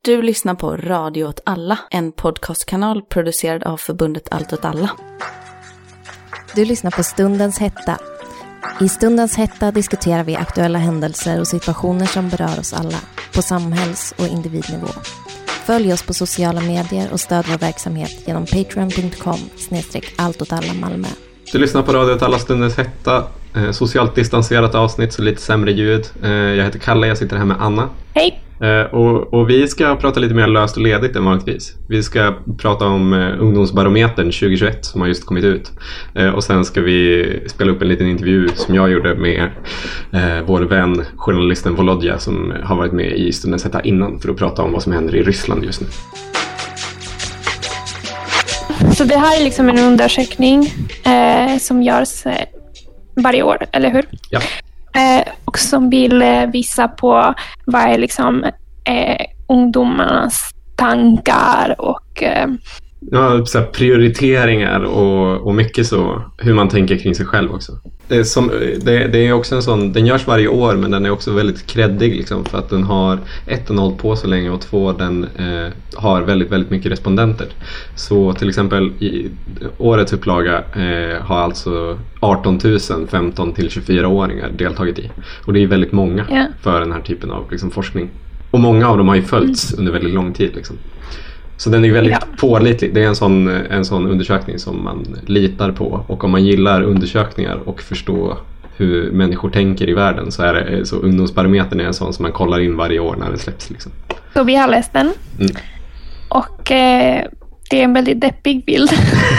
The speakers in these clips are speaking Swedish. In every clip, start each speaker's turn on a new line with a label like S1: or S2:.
S1: Du lyssnar på Radio åt alla, en podcastkanal producerad av förbundet Allt åt alla.
S2: Du lyssnar på Stundens hetta. I Stundens hetta diskuterar vi aktuella händelser och situationer som berör oss alla på samhälls- och individnivå. Följ oss på sociala medier och stöd vår verksamhet genom patreon.com/alltåtallah-Malmö.
S3: Du lyssnar på Radio åt alla, Stundens hetta. Socialt distanserat avsnitt, så lite sämre ljud. Jag heter Kalle, jag sitter här med Anna.
S4: Hej!
S3: Och vi ska prata lite mer löst och ledigt än vanligtvis. Vi ska prata om ungdomsbarometern 2021 som har just kommit ut. Och sen ska vi spela upp en liten intervju som jag gjorde med vår vän, journalisten Volodja, som har varit med i Stundens hetta innan för att prata om vad som händer i Ryssland just nu.
S4: Så det här är liksom en undersökning som görs varje år, eller hur?
S3: Ja.
S4: Och som vill visa på vad är liksom ungdomarnas tankar och
S3: ja, så här prioriteringar och mycket så hur man tänker kring sig själv också. Det är också en sån, den görs varje år, men den är också väldigt kreddig liksom, för att den har 1 och 0 på så länge, och 2 den har väldigt, väldigt mycket respondenter. Så till exempel i årets upplaga har alltså 18 000 15-24-åringar deltagit i. Och det är väldigt många för den här typen av liksom, forskning. Och många av dem har ju följts under väldigt lång tid liksom. Så den är väldigt pålitlig. Det är en sån undersökning som man litar på. Och om man gillar undersökningar och förstå hur människor tänker i världen, så är det, så ungdomsbarometern är en sån som man kollar in varje år när den släpps liksom.
S4: Så vi har läst den. Och det är en väldigt deppig bild.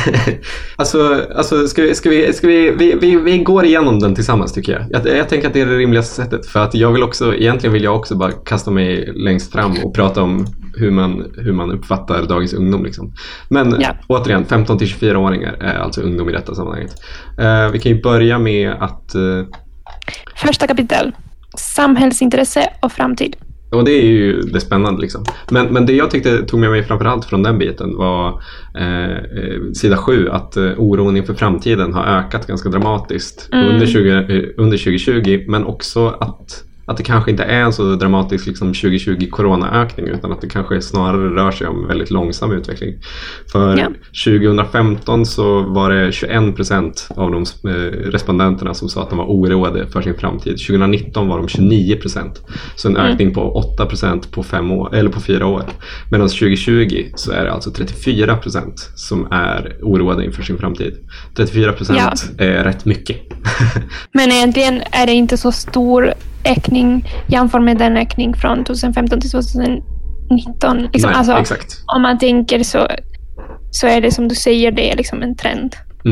S3: alltså ska vi går igenom den tillsammans, tycker jag. Jag tänker att det är det rimligaste sättet, för att egentligen vill jag också bara kasta mig längst fram och prata om hur man uppfattar dagens ungdom liksom. Men återigen, 15-24-åringar är alltså ungdom i detta sammanhanget. Vi kan ju börja med att
S4: första kapitel, samhällsintresse och framtid.
S3: Och det är ju det spännande liksom. Men det jag tyckte tog med mig framförallt från den biten var sida 7, att oron inför framtiden har ökat ganska dramatiskt under 2020, men också att det kanske inte är en så dramatisk liksom 2020 coronaökning, utan att det kanske snarare rör sig om väldigt långsam utveckling. För 2015 så var det 21% av de respondenterna som sa att de var oroade för sin framtid. 2019 var de 29%. Så en ökning på 8% på 5 år, eller på 4 år. Medan 2020 så är det alltså 34% som är oroade inför sin framtid. 34% är rätt mycket. Men
S4: egentligen är det inte så stor ökning jämfört med den ökning från 2015 till 2019. Liksom,
S3: nej, exakt.
S4: Om man tänker så är det som du säger, det är liksom en trend.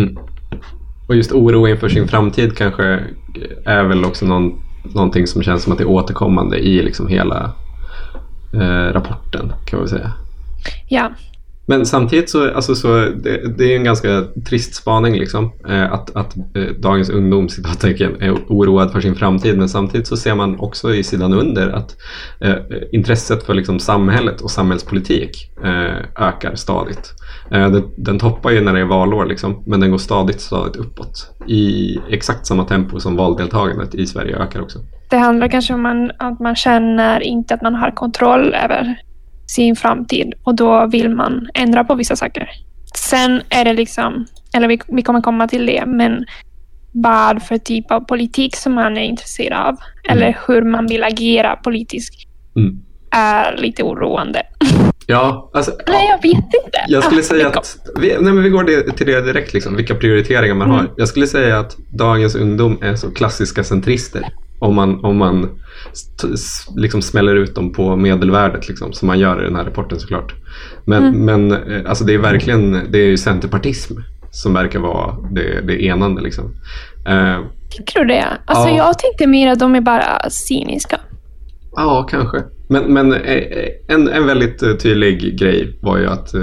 S3: Och just oro inför sin framtid kanske är väl också någonting som känns som att det är återkommande i liksom hela rapporten, kan man säga. Ja. Men samtidigt så det är en ganska trist spaning liksom, att dagens ungdom är oroad för sin framtid, men samtidigt så ser man också i sidan under att intresset för liksom samhället och samhällspolitik ökar stadigt. Den toppar ju när det är valår liksom, men den går stadigt uppåt i exakt samma tempo som valdeltagandet i Sverige ökar också.
S4: Det handlar kanske om att man känner inte att man har kontroll över sin framtid, och då vill man ändra på vissa saker. Sen är det liksom, eller vi kommer komma till det, men vad för typ av politik som man är intresserad av eller hur man vill agera politiskt är lite oroande.
S3: Ja, alltså,
S4: nej, jag vet inte.
S3: Jag skulle säga att vi går till det direkt liksom, vilka prioriteringar man har. Jag skulle säga att dagens ungdom är så klassiska centrister. Om man liksom smäller ut dem på medelvärdet liksom, som man gör i den här rapporten såklart. Men alltså det är verkligen, det är ju centerpartism som verkar vara det enande liksom.
S4: Tycker du det? Alltså jag tänkte mer att de är bara cyniska.
S3: Ja, kanske. Men en väldigt tydlig grej var ju att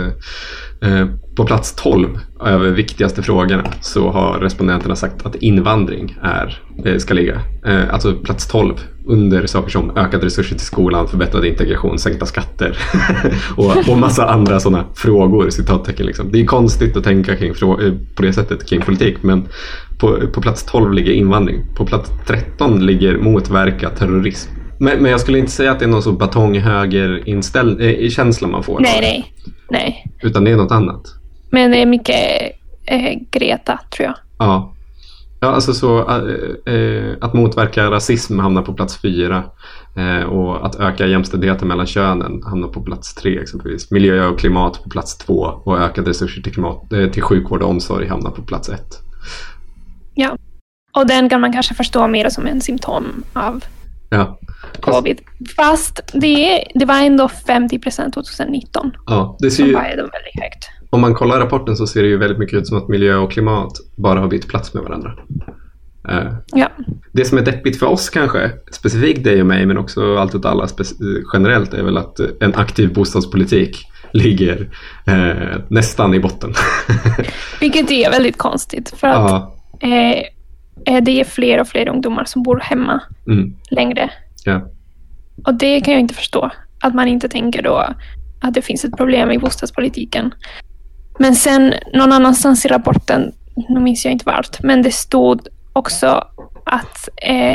S3: på plats 12 över viktigaste frågorna så har respondenterna sagt att invandring ska ligga. Alltså plats 12 under saker som ökade resurser till skolan, förbättrad integration, sänkta skatter och massa andra sådana frågor, citattecken liksom. Det är konstigt att tänka på det sättet kring politik, men på plats 12 ligger invandring. På plats 13 ligger motverka terrorism. Men jag skulle inte säga att det är någon så batonghöger känsla man får.
S4: Nej.
S3: Utan det är något annat.
S4: Men det är mycket Greta, tror jag.
S3: Ja, alltså så att motverka rasism hamnar på plats 4 och att öka jämställdheten mellan könen hamnar på plats 3 exempelvis. Miljö och klimat på plats 2 och ökade resurser till sjukvård och omsorg hamnar på plats 1.
S4: Ja, och den kan man kanske förstå mer som en symptom av covid. Fast det var ändå 50% 2019.
S3: Ja, det ser
S4: som
S3: ju...
S4: var väldigt högt.
S3: Om man kollar rapporten så ser det ju väldigt mycket ut som att miljö och klimat bara har bytt plats med varandra.
S4: Ja.
S3: Det som är deppigt för oss kanske, specifikt dig och mig, men också allt åt alla generellt, är väl att en aktiv bostadspolitik ligger nästan i botten.
S4: Vilket är väldigt konstigt, för att det är fler och fler ungdomar som bor hemma längre.
S3: Ja.
S4: Och det kan jag inte förstå, att man inte tänker då att det finns ett problem i bostadspolitiken. Men sen någon annanstans i rapporten, nu minns jag inte vart, men det stod också att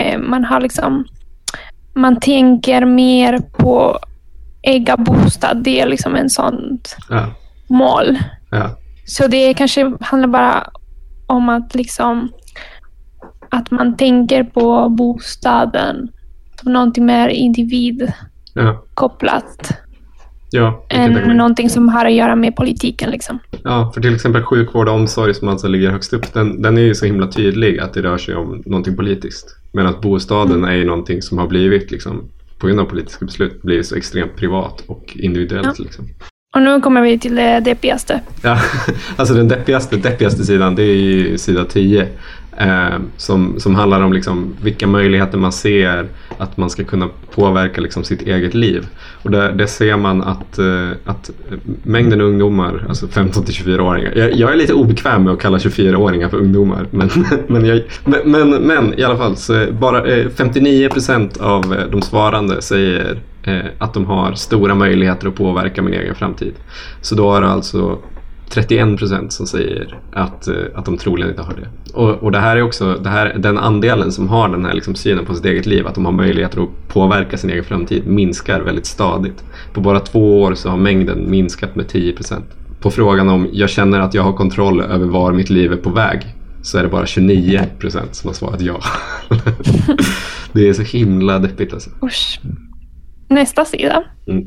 S4: man tänker mer på äga bostad. Det är liksom en sånt mål.
S3: Ja.
S4: Så det kanske handlar bara om att att man tänker på bostaden som någonting mer individkopplat.
S3: Ja,
S4: än någonting som har att göra med politiken liksom.
S3: Ja, för till exempel sjukvård och omsorg som alltså ligger högst upp, den är ju så himla tydlig att det rör sig om någonting politiskt. Men att bostaden är ju någonting som har blivit liksom, på grund av politiska beslut, blivit så extremt privat och individuellt liksom.
S4: Och nu kommer vi till det deppigaste.
S3: Ja, alltså den deppigaste sidan, det är ju sida 10. Som handlar om liksom vilka möjligheter man ser att man ska kunna påverka liksom sitt eget liv. Och där ser man att mängden ungdomar, alltså 15-24-åringar, jag är lite obekväm med att kalla 24-åringar för ungdomar, men i alla fall så bara 59% av de svarande säger att de har stora möjligheter att påverka min egen framtid. Så då är det alltså 31% som säger att de troligen inte har det. Och det här är också den andelen som har den här liksom synen på sitt eget liv, att de har möjligheter att påverka sin egen framtid, minskar väldigt stadigt. På bara 2 år så har mängden minskat med 10%. På frågan om jag känner att jag har kontroll över var mitt liv är på väg, så är det bara 29% som har svarat ja. Det är så himla deppigt alltså.
S4: Usch. Nästa sida.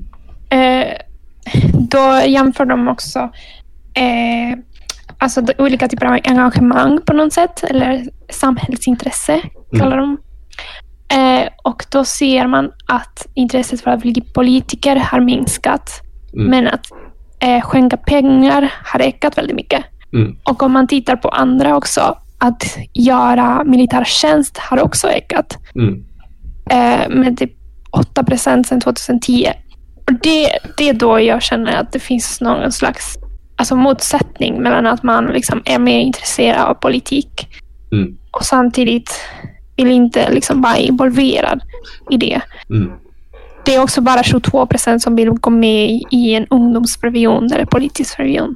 S4: Då jämför de också alltså olika typer av engagemang på något sätt, eller samhällsintresse kallar de. Och då ser man att intresset för att bli politiker har minskat, men att skänka pengar har ökat väldigt mycket. Och om man tittar på andra också, att göra militärtjänst har också ökat med typ 8% sedan 2010. Och det är då jag känner att det finns någon slags motsättning mellan att man liksom är mer intresserad av politik och samtidigt vill inte liksom vara involverad i det. Det är också bara 22% som vill gå med i en ungdomsrevion eller politisk revion.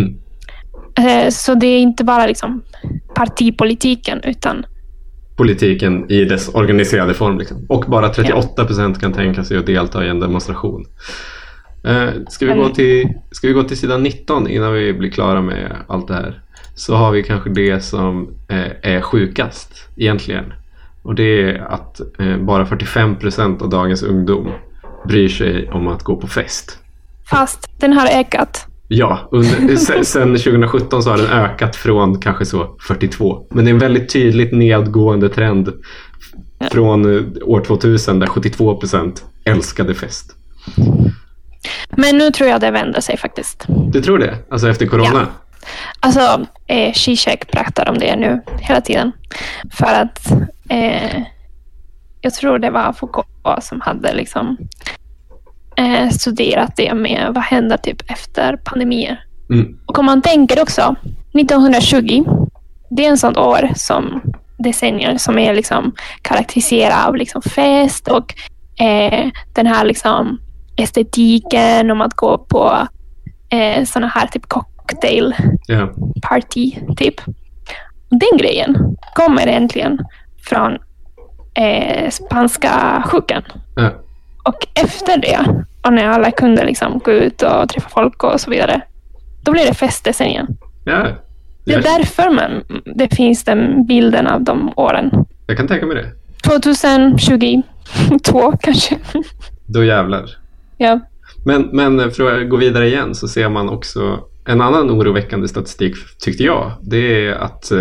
S4: Så det är inte bara liksom partipolitiken, utan
S3: politiken i dess organiserade form liksom. Och bara 38% kan tänka sig att delta i en demonstration. Ska vi gå till sidan 19 innan vi blir klara med allt det här? Så har vi kanske det som är sjukast egentligen. Och det är att bara 45% av dagens ungdom bryr sig om att gå på fest.
S4: Fast den har ökat.
S3: Ja, sen 2017 så har den ökat från kanske så 42. Men det är en väldigt tydligt nedgående trend från år 2000 där 72% älskade fest.
S4: Men nu tror jag det vänder sig faktiskt.
S3: Du tror det? Alltså efter corona?
S4: Ja. Alltså, Zizek pratar om det nu hela tiden. För att jag tror det var Foucault som hade liksom studerat det med vad händer typ efter pandemier. Och om man tänker också 1920, det är en sån år som decennier som är liksom karaktäriserad av liksom fest och den här liksom estetiken om att gå på såna här typ cocktail party typ. Den grejen kommer äntligen från spanska sjukan.
S3: Ja.
S4: Och efter det, och när alla kunde liksom gå ut och träffa folk och så vidare, då blev det fester sen igen.
S3: Ja.
S4: Det är därför det finns den bilden av de åren.
S3: Jag kan tänka mig det.
S4: 2022 kanske.
S3: Då jävlar.
S4: Ja.
S3: Men för att gå vidare igen så ser man också en annan oroväckande statistik, tyckte jag. Det är att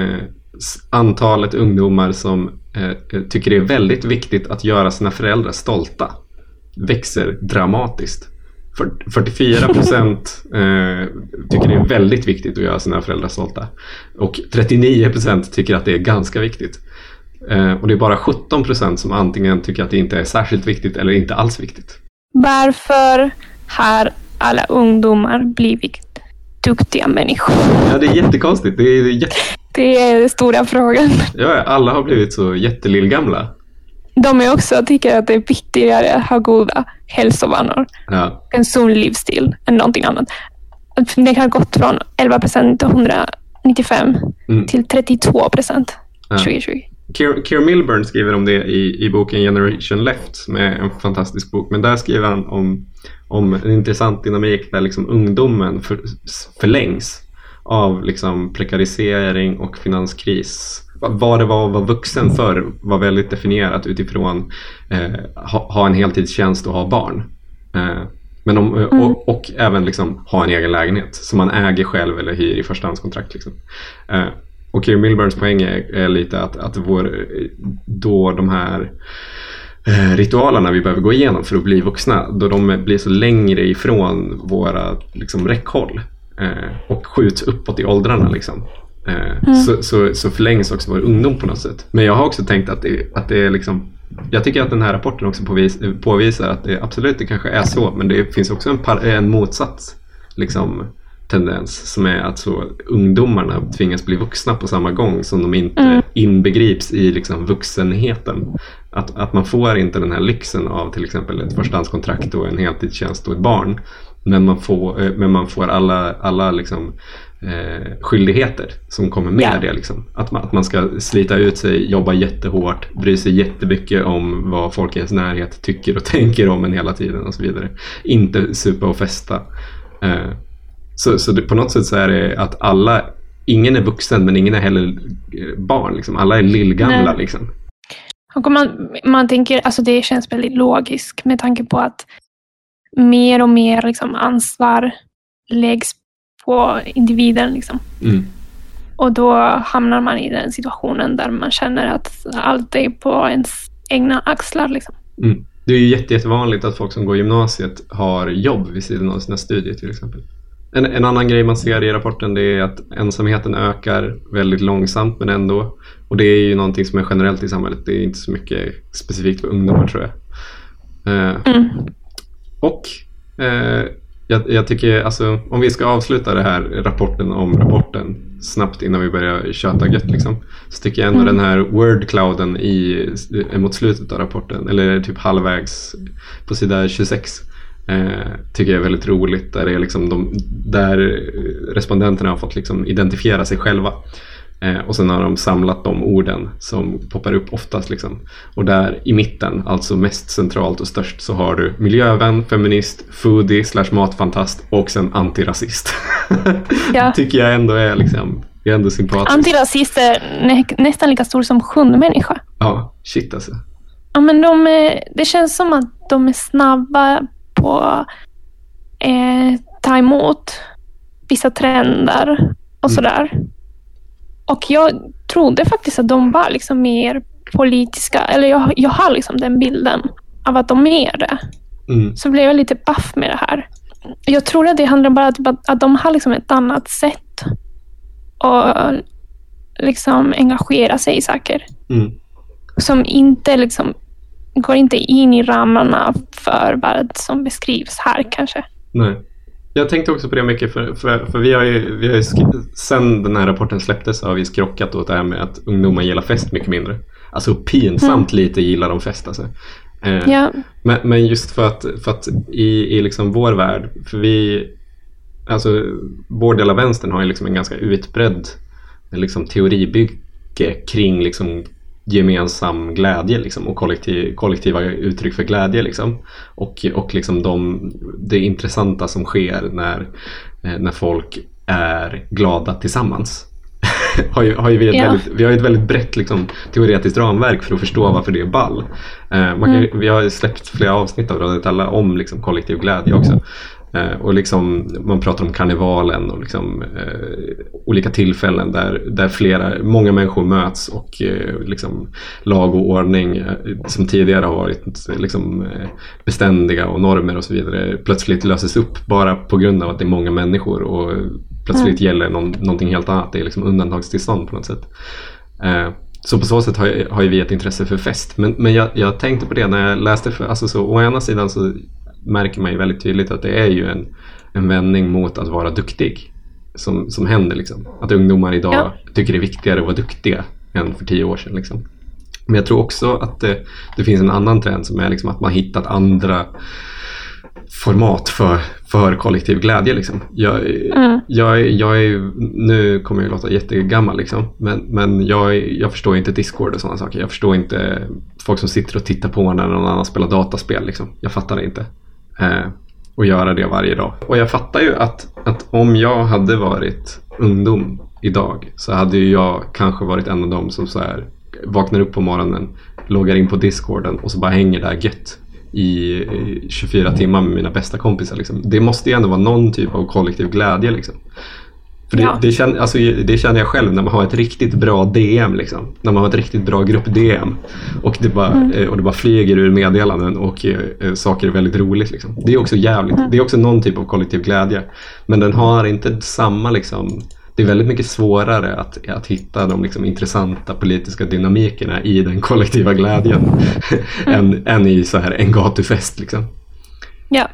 S3: antalet ungdomar som tycker det är väldigt viktigt att göra sina föräldrar stolta växer dramatiskt. 44% tycker det är väldigt viktigt att göra sina föräldrar stolta. Och 39% tycker att det är ganska viktigt. Och det är bara 17% som antingen tycker att det inte är särskilt viktigt eller inte alls viktigt.
S4: Varför har alla ungdomar blivit duktiga människor?
S3: Ja, det är jättekonstigt.
S4: Det är den stora frågan.
S3: Ja, alla har blivit så jättelillgamla.
S4: De är också tycker att det är viktigare att ha goda hälsovanor.
S3: Ja.
S4: En sund livsstil än någonting annat. Det har gått från 11% 1995 till 32% 2020.
S3: Keir Milburn skriver om det i boken Generation Left, som är en fantastisk bok. Men där skriver han om en intressant dynamik där liksom ungdomen förlängs av liksom prekarisering och finanskris. Vad det var att vara vuxen för var väldigt definierat utifrån ha en heltidstjänst och ha barn. Men och även liksom ha en egen lägenhet som man äger själv eller hyr i förstahandskontrakt. Liksom. Och Keir Milburns poäng är lite att de här ritualerna vi behöver gå igenom för att bli vuxna, då de blir så längre ifrån våra liksom, räckhåll och skjuts uppåt i åldrarna liksom. Så förlängs också vår ungdom på något sätt. Men jag har också tänkt att det är liksom, jag tycker att den här rapporten också påvisar att det absolut det kanske är så, men det finns också en motsats liksom, tendens som är att så ungdomarna tvingas bli vuxna på samma gång som de inte inbegrips i liksom vuxenheten. Att man får inte den här lyxen av till exempel ett förstahandskontrakt och en heltidstjänst och ett barn, men man får alla liksom skyldigheter som kommer med det liksom. Att man ska slita ut sig, jobba jättehårt, bry sig jättemycket om vad folk i ens närhet tycker och tänker om en hela tiden och så vidare. Inte supa och festa. Så det, på något sätt så är det att ingen är vuxen men ingen är heller barn liksom. Alla är lillgamla liksom.
S4: Och man tänker, alltså det känns väldigt logiskt med tanke på att mer och mer liksom ansvar läggs på individen liksom. Och då hamnar man i den situationen där man känner att allt är på ens egna axlar liksom.
S3: Det är ju jättevanligt att folk som går gymnasiet har jobb vid sidan av sina studier till exempel. En annan grej man ser i rapporten, det är att ensamheten ökar väldigt långsamt men ändå. Och det är ju någonting som är generellt i samhället. Det är inte så mycket specifikt för ungdomar tror jag. Och jag tycker, alltså, om vi ska avsluta det här rapporten om rapporten snabbt innan vi börjar köta gött liksom, så tycker jag ändå den här wordclouden mot slutet av rapporten, eller typ halvvägs på sida 26, tycker jag är väldigt roligt, där det är liksom där respondenterna har fått liksom identifiera sig själva. Och sen har de samlat de orden som poppar upp oftast liksom. Och där i mitten, alltså mest centralt och störst, så har du miljövän, feminist, foodie / matfantast och sen antirasist. Ja. Tycker jag ändå är liksom, är ändå sympatiskt.
S4: Antirasist är nästan lika stor som hundmänniska.
S3: Ja, shit alltså.
S4: Ja, men det känns som att de är snabba på ta emot vissa trender och sådär. Och jag trodde faktiskt att de var liksom mer politiska. Eller jag har liksom den bilden av att de är det. Så blev jag lite baff med det här. Jag tror att det handlar bara om att de har liksom ett annat sätt att liksom engagera sig i saker. Som inte liksom går inte in i ramarna för vad som beskrivs här kanske. Nej.
S3: Jag tänkte också på det mycket för vi har ju sen den här rapporten släpptes har vi skrockat åt det här med att ungdomar gillar fest mycket mindre. Alltså pinsamt lite gillar de fest alltså. Men just för att i liksom vår värld, för alltså vår del av vänstern har ju liksom en ganska utbredd liksom teoribygge kring liksom gemensam glädje liksom, och kollektiva uttryck för glädje liksom. Och liksom det intressanta som sker när folk är glada tillsammans. Vi har ju ett väldigt brett liksom, teoretiskt ramverk för att förstå varför det är ball. Vi har släppt flera avsnitt av Radio Talla om liksom, kollektiv glädje också. Och liksom, man pratar om karnevalen och liksom, olika tillfällen där många människor möts och liksom, lag och ordning som tidigare har varit liksom, beständiga och normer och så vidare plötsligt löses upp bara på grund av att det är många människor och plötsligt gäller någonting helt annat. Det är liksom undantagstillstånd på något sätt. Så på så sätt har ju vi ett intresse för fest. Men jag tänkte på det när jag läste alltså så, å ena sidan så märker man ju väldigt tydligt att det är ju en vändning mot att vara duktig som händer liksom. Att ungdomar idag tycker det är viktigare att vara duktiga än för 10 år sedan liksom. Men jag tror också att det finns en annan trend som är liksom att man hittat andra format för kollektiv glädje liksom. Jag är, nu kommer jag låta jättegammal liksom, men jag förstår inte Discord och sådana saker. Jag förstår inte folk som sitter och tittar på när någon annan spelar dataspel liksom. Jag fattar det inte. Och göra det varje dag. Och jag fattar ju att om jag hade varit ungdom idag så hade ju jag kanske varit en av dem som så här vaknar upp på morgonen, loggar in på Discorden och så bara hänger där gött i 24 timmar med mina bästa kompisar liksom. Det måste ju ändå vara någon typ av kollektiv glädje liksom. För det känner jag själv när man har ett riktigt bra DM liksom. När man har ett riktigt bra grupp-DM och det bara flyger ur meddelanden och saker är väldigt roligt liksom. Det är också jävligt. Det är också någon typ av kollektiv glädje. Men den har inte samma liksom. Det är väldigt mycket svårare att hitta de liksom intressanta politiska dynamikerna i den kollektiva glädjen än i så här en gatufest liksom.
S4: Ja.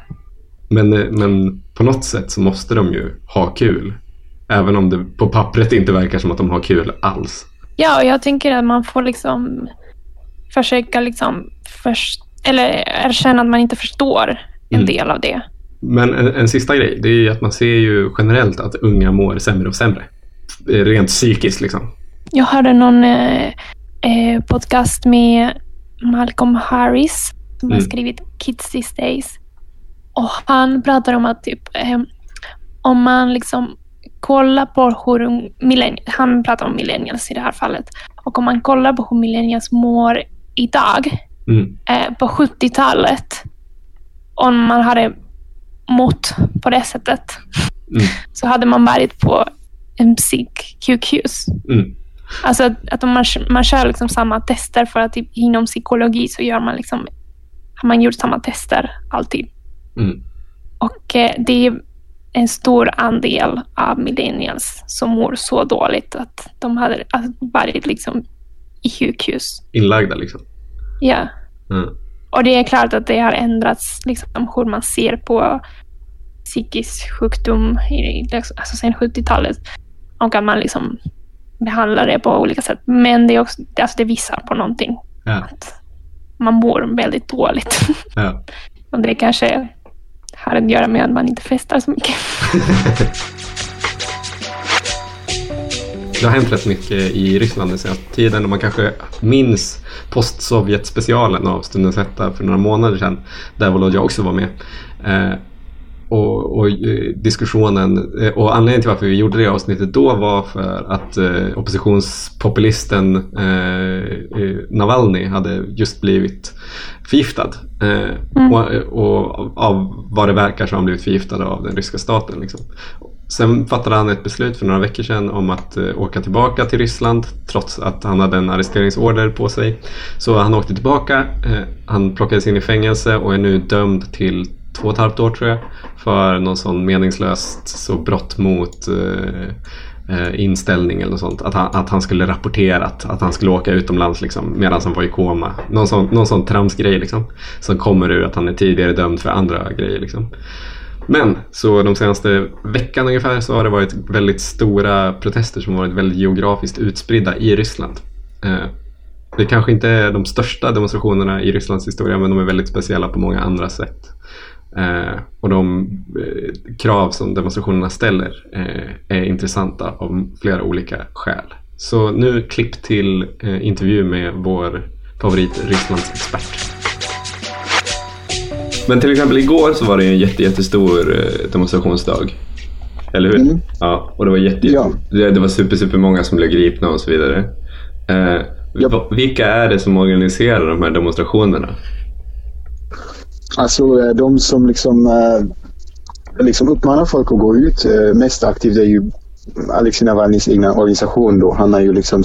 S3: Men på något sätt så måste de ju ha kul. Även om det på pappret inte verkar som att de har kul alls. Ja,
S4: och jag tänker att man får liksom försöka liksom eller erkänna att man inte förstår en del av det. Men
S3: en sista grej, det är ju att man ser ju generellt att unga mår sämre och sämre. Rent psykiskt liksom.
S4: Jag hörde någon podcast med Malcolm Harris som har skrivit Kids These Days. Och han pratar om att typ om man liksom kollar på hur han pratar om millennials i det här fallet. Och om man kollar på hur millennials mår idag på 70-talet, om man hade mått på det sättet så hade man varit på en psyk-sjukhus. Alltså att om man kör liksom samma tester för att typ, inom psykologi så gör man liksom, har man gjort samma tester alltid. Och det är en stor andel av millennials som mår så dåligt att de hade varit liksom i sjukhus.
S3: Inlagda liksom.
S4: Ja. Och det är klart att det har ändrats liksom hur man ser på psykisk sjukdom alltså sen 70-talet. Och att man liksom behandlar det på olika sätt. Men det är också, alltså det visar på någonting. Ja. Att man mår väldigt dåligt. Ja. Och det kanske har att göra med att man inte festar så mycket.
S3: Det har hänt rätt mycket i Ryssland den senaste tiden och man kanske minns post-Sovjet-specialen av Stundens hetta för några månader sedan där Volodja också var med. Och diskussionen och anledningen till varför vi gjorde det avsnittet då var för att oppositionspopulisten Navalny hade just blivit förgiftad och av vad det verkar så har han blivit förgiftad av den ryska staten liksom. Sen fattade han ett beslut för några veckor sedan om att åka tillbaka till Ryssland trots att han hade en arresteringsorder på sig. Så han åkte tillbaka, han plockades in i fängelse och är nu dömd till 2,5 år tror jag för någon sån meningslöst så brott mot inställning eller något sånt. Att han skulle rapporterat att han skulle åka utomlands liksom, medan han var i koma. Någon sån tramsgrej liksom, som kommer ur att han är tidigare dömd för andra grejer liksom. Men så de senaste veckan ungefär så har det varit väldigt stora protester som har varit väldigt geografiskt utspridda i Ryssland. Det kanske inte är de största demonstrationerna i Rysslands historia, men de är väldigt speciella på många andra sätt. Och de krav som demonstrationerna ställer är intressanta av flera olika skäl. Så nu klipp till intervju med vår favorit Rysslandsexpert. Men till exempel igår så var det en jättestor demonstrationsdag. Eller hur? Mm. Ja, och det var det var super många som blev gripna och så vidare. Vilka är det som organiserar de här demonstrationerna?
S5: Alltså de som liksom uppmanar folk att gå ut mest aktivt är ju Alexej Navalnys egna organisation då. Han har ju liksom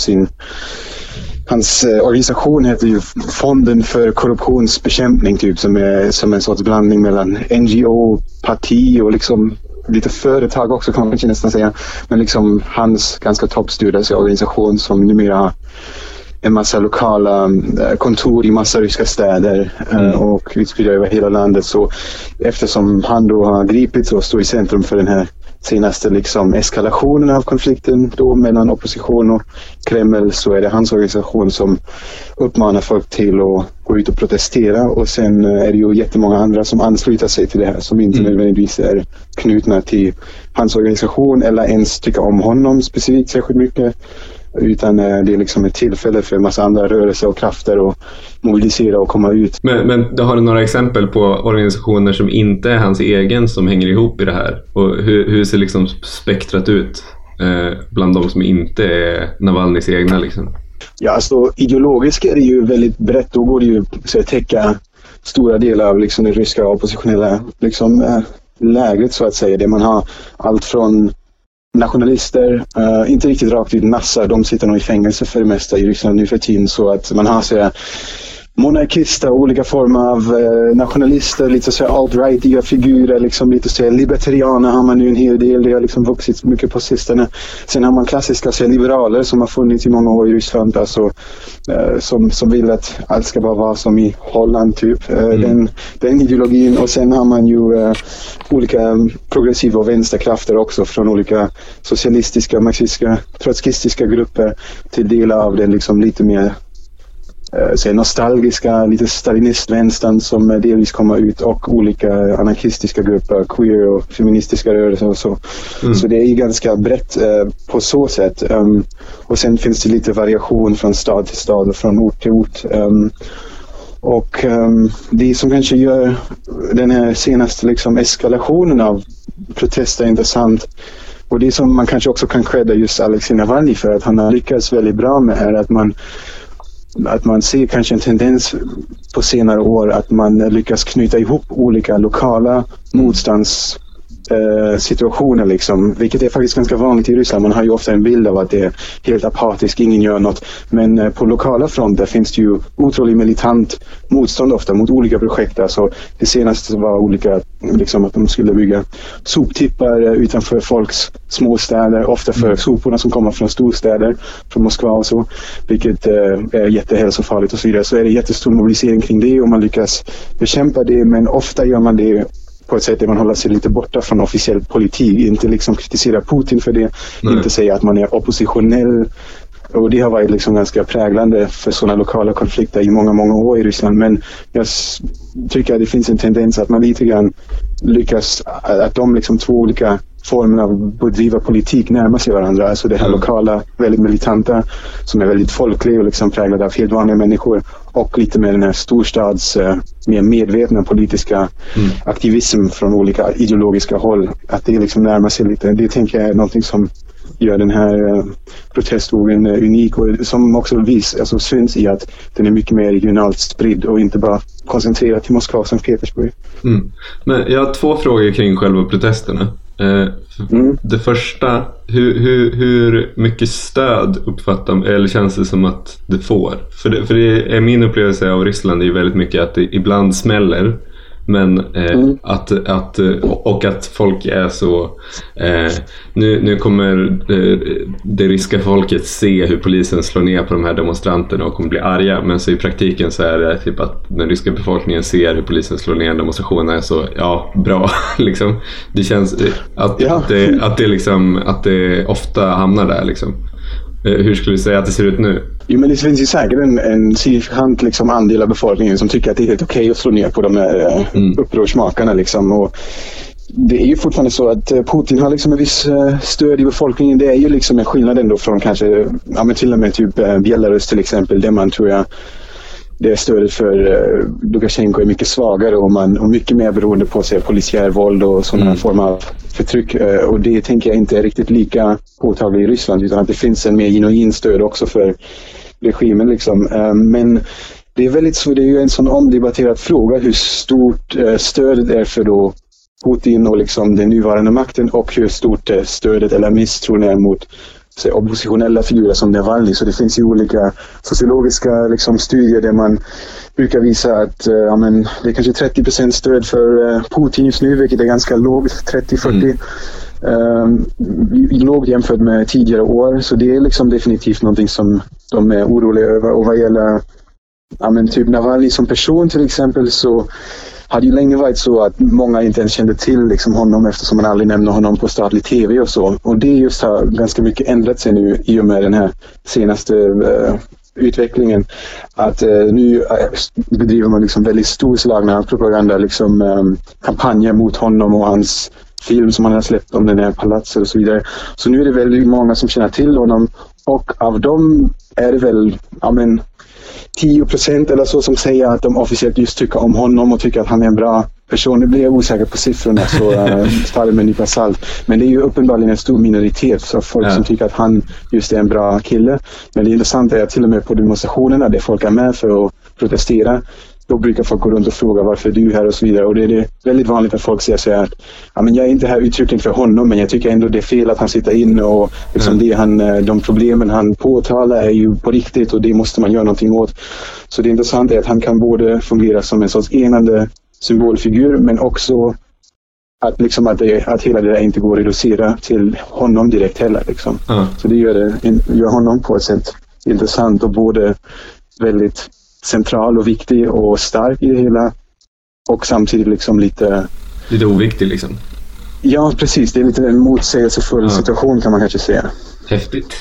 S5: hans organisation heter ju Fonden för korruptionsbekämpning typ, som är som en sorts blandning mellan NGO, parti och liksom lite företag också kan man kanske nästan säga. Men liksom hans ganska toppstyrda organisation som numera har en massa lokala kontor i massa ryska städer och utspridda över hela landet. Så eftersom han då har gripits och står i centrum för den här senaste liksom eskalationen av konflikten då mellan opposition och Kreml, så är det hans organisation som uppmanar folk till att gå ut och protestera. Och sen är det ju jättemånga andra som ansluter sig till det här som inte nödvändigtvis är knutna till hans organisation eller ens tycker om honom specifikt särskilt mycket. Utan det är liksom ett tillfälle för en massa andra rörelser och krafter att mobilisera och komma ut.
S3: Men har du några exempel på organisationer som inte är hans egen som hänger ihop i det här? Och hur ser liksom spektrat ut bland de som inte är Navalnys egna liksom?
S5: Ja, alltså ideologiskt är det ju väldigt brett. Då går det ju att täcka stora delar av liksom det ryska oppositionella liksom, lägret så att säga. Det man har allt från nationalister, inte riktigt rakt ut nassar, de sitter nog i fängelse för det mesta i Ryssland nu för tiden, så att man har så monarkister, olika former av nationalister, lite så alt-rightiga figurer, liksom lite så libertarianer har man nu en hel del, det har liksom vuxit mycket på sistone. Sen har man klassiska så liberaler som har funnits i många år i Ryssland, alltså, som vill att allt ska bara vara som i Holland typ, den ideologin. Och sen har man ju olika progressiva och vänsterkrafter också från olika socialistiska, marxistiska, trotskistiska grupper till delar av den liksom lite mer nostalgiska, lite stalinistvänstern som delvis kommer ut, och olika anarkistiska grupper, queer och feministiska rörelser och så. Så det är ganska brett på så sätt. Och sen finns det lite variation från stad till stad och från ort till ort. Och det som kanske gör den här senaste liksom eskalationen av protester intressant, och det som man kanske också kan credda just Alexej Navalny för att han har lyckats väldigt bra med, är att man ser kanske en tendens på senare år att man lyckas knyta ihop olika lokala motståndssituationer liksom, vilket är faktiskt ganska vanligt i Ryssland. Man har ju ofta en bild av att det är helt apatiskt, ingen gör något, men på lokala fronter finns det ju otroligt militant motstånd ofta mot olika projekt. Alltså det senaste var olika liksom att de skulle bygga soptippar utanför folks småstäder, ofta för soporna som kommer från storstäder, från Moskva och så, vilket är jättehälsofarligt och så vidare. Så är det jättestor mobilisering kring det och man lyckas bekämpa det, men ofta gör man det på ett sätt där man håller sig lite borta från officiell politik, inte liksom kritisera Putin för det, inte säga att man är oppositionell, och det har varit liksom ganska präglande för sådana lokala konflikter i många år i Ryssland. Men jag tycker att det finns en tendens att man lite grann lyckas, att de liksom två olika formerna av att driva politik närmar sig varandra. Alltså det här lokala, väldigt militanta, som är väldigt folklig och liksom präglad av helt vanliga människor, och lite med den här storstads mer medvetna politiska aktivism från olika ideologiska håll, att det liksom närmar sig lite. Det tänker jag är någonting som gör den här protestvågen unik, och som också syns i att den är mycket mer regionalt spridd och inte bara koncentrerad till Moskva och Sankt Petersburg.
S3: Men jag har två frågor kring själva protesterna. Det första, hur mycket stöd uppfattar, eller känns det som att det får? För det är min upplevelse av Ryssland, det är väldigt mycket att det ibland smäller, men att folk är så nu kommer det ryska folket se hur polisen slår ner på de här demonstranterna och kommer bli arga, men så i praktiken så är det typ att den ryska befolkningen ser hur polisen slår ner demonstrationerna, så ja, bra liksom. Det känns att det ofta hamnar där liksom. Hur skulle du säga att det ser ut nu?
S5: Jo, men det finns ju säkert en signifikant liksom andel av befolkningen som tycker att det är helt okej att slå ner på de här upprorsmakarna liksom. Och det är ju fortfarande så att Putin har liksom en viss stöd i befolkningen. Det är ju liksom en skillnad ändå från kanske, ja men till och med typ Belarus till exempel, där man tror jag det stödet för Lukasjenko är mycket svagare och mycket mer beroende på sig polisiär våld och sådana former av förtryck. Och det tänker jag inte är riktigt lika påtagligt i Ryssland, utan att det finns en mer genuin stöd också för regimen liksom. Men det är väldigt så, det är ju en sån omdebatterad fråga hur stort stödet är för då Putin och liksom den nuvarande makten, och hur stort stödet eller misstron är mot oppositionella figurer som Navalny. Så det finns ju olika sociologiska liksom, studier där man brukar visa att det är kanske 30% stöd för Putin just nu, vilket är ganska lågt, 30-40. Lågt jämfört med tidigare år. Så det är liksom definitivt någonting som de är oroliga över. Och vad gäller typ Navalny som person till exempel, så hade ju länge varit så att många inte ens kände till liksom honom, eftersom man aldrig nämner honom på statlig tv och så. Och det just har ganska mycket ändrat sig nu i och med den här senaste utvecklingen. Att nu bedriver man liksom väldigt storslagna propaganda, liksom kampanjer mot honom och hans film som han har släppt om den här palatset och så vidare. Så nu är det väldigt många som känner till honom, och av dem är det väl 10% eller så som säger att de officiellt just tycker om honom och tycker att han är en bra person. Nu blir jag osäker på siffrorna, så tar det med en nypa salt. Men det är ju uppenbarligen en stor minoritet så folk som tycker att han just är en bra kille. Men det intressanta är att till och med på demonstrationerna där folk är med för att protestera, då brukar folk gå runt och fråga varför är du här och så vidare. Och det är väldigt vanligt att folk säger så här att jag är inte här uttryckligen för honom, men jag tycker ändå det är fel att han sitter inne, och liksom de problemen han påtalar är ju på riktigt och det måste man göra någonting åt. Så det intressanta är att han kan både fungera som en sorts enande symbolfigur, men också att, liksom att hela det där inte går att reducera till honom direkt heller. Liksom. Så det gör honom på ett sätt intressant och både väldigt central och viktig och stark i det hela, och samtidigt liksom lite
S3: oviktig liksom.
S5: Ja, precis. Det är lite en motsägelsefull situation kan man kanske säga.
S3: Häftigt.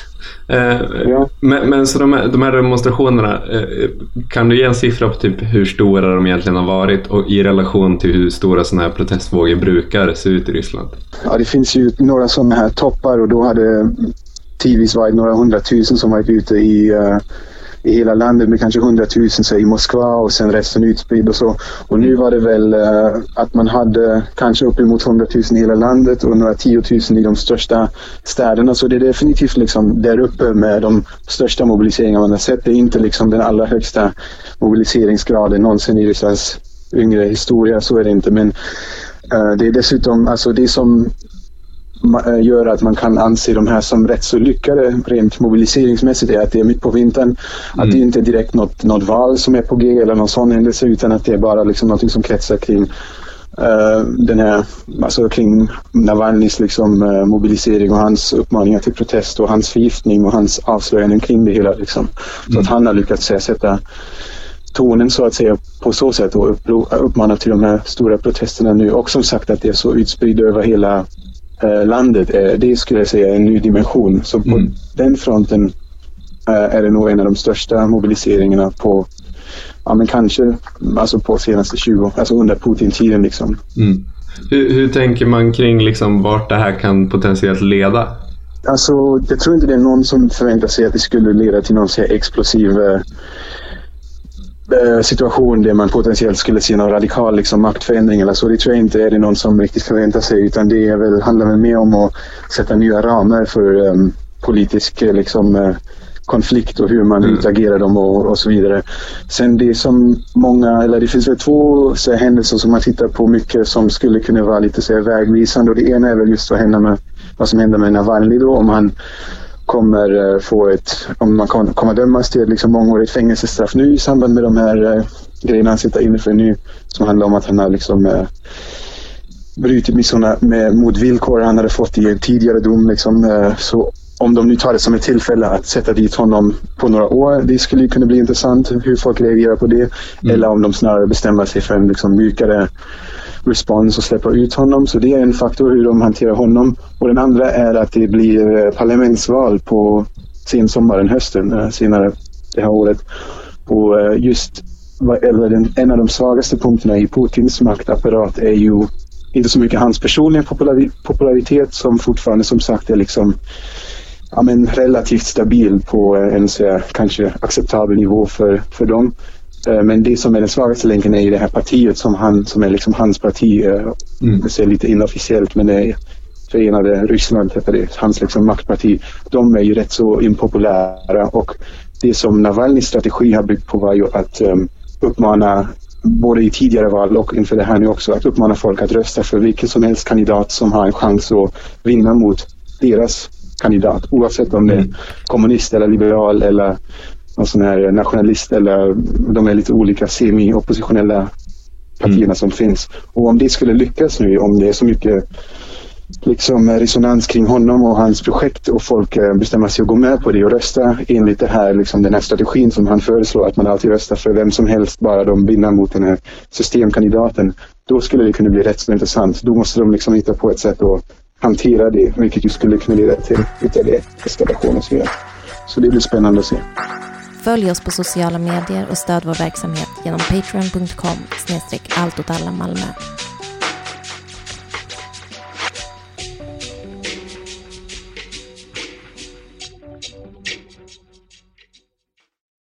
S3: Men så de här demonstrationerna, kan du ge en siffra på typ hur stora de egentligen har varit, och i relation till hur stora sådana här protestvågor brukar se ut i Ryssland? Ja,
S5: det finns ju några sådana här toppar, och då hade tidvis varit några 100 000 som varit ute i hela landet, med kanske 100 000 så i Moskva och sen resten utspridd och så. Och nu var det väl att man hade kanske uppemot 100 000 i hela landet och några 10 000 i de största städerna. Så det är definitivt liksom där uppe med de största mobiliseringar man har sett. Det är inte liksom den allra högsta mobiliseringsgraden någonsin i Rysslands yngre historia, så är det inte. Men det är dessutom, alltså det som gör att man kan anse de här som rätt så lyckade rent mobiliseringsmässigt är att det är mitt på vintern, att det inte är direkt något val som är på G eller någon sån händelse, utan att det är bara liksom något som kretsar kring den här, alltså kring Navalnys liksom mobilisering och hans uppmaningar till protest och hans förgiftning och hans avslöjanden kring det hela liksom. Så att han har lyckats sätta tonen så att säga på så sätt och uppmana till de här stora protesterna nu, och som sagt att det är så utspritt över hela landet, det skulle jag säga är en ny dimension. Så på den fronten är det nog en av de största mobiliseringarna på, men kanske alltså på senaste 20, alltså under Putin-tiden liksom.
S3: Hur tänker man kring liksom vart det här kan potentiellt leda?
S5: Alltså jag tror inte det är någon som förväntar sig att det skulle leda till någon så här explosiv situation där man potentiellt skulle se någon radikal liksom, maktförändring eller så. Det tror jag inte är det någon som riktigt förväntar sig, utan det handlar väl mer om att sätta nya ramar för politisk liksom, konflikt och hur man utagerar dem och så vidare. Sen det som många, eller det finns väl två så här, händelser som man tittar på mycket som skulle kunna vara lite så här, vägvisande, och det ena är väl just vad som händer med Navalny då, om han kommer dömas till liksom mångårigt fängelsestraff nu i samband med de här grejerna han sitter inne för nu, som handlar om att han har liksom brutit mot villkor han hade fått i en tidigare dom liksom, så om de nu tar det som ett tillfälle att sätta dit honom på några år, det skulle ju kunna bli intressant hur folk reagerar på det, eller om de snarare bestämmer sig för en liksom mjukare respons och släppa ut honom. Så det är en faktor hur de hanterar honom. Och den andra är att det blir parlamentsval på sensommaren, hösten senare det här året. Och just en av de svagaste punkterna i Putins maktapparat är ju inte så mycket hans personliga popularitet som fortfarande som sagt är liksom relativt stabil på en kanske acceptabel nivå för dem. Men det som är den svagaste länken är i det här partiet som är liksom hans parti. Det ser lite inofficiellt, men det är Förenade Ryssland, heter det, hans liksom maktparti. De är ju rätt så impopulära, och det som Navalnys strategi har byggt på var ju att uppmana, både i tidigare val och inför det här nu också, att uppmana folk att rösta för vilken som helst kandidat som har en chans att vinna mot deras kandidat, oavsett om det är kommunist eller liberal eller någon sån här nationalist, eller de är lite olika semi-oppositionella partierna som finns. Och om det skulle lyckas nu, om det är så mycket liksom resonans kring honom och hans projekt och folk bestämmer sig att gå med på det och rösta enligt det här, liksom den här strategin som han föreslår, att man alltid röstar för vem som helst bara de vinner mot den här systemkandidaten, då skulle det kunna bli rätt så intressant. Då måste de liksom hitta på ett sätt att hantera det, vilket ju skulle kunna leda till ytterligare eskalation och så vidare. Så det blir spännande att se.
S2: Följ oss på sociala medier och stöd vår verksamhet genom patreon.com/alltåtallah Malmö.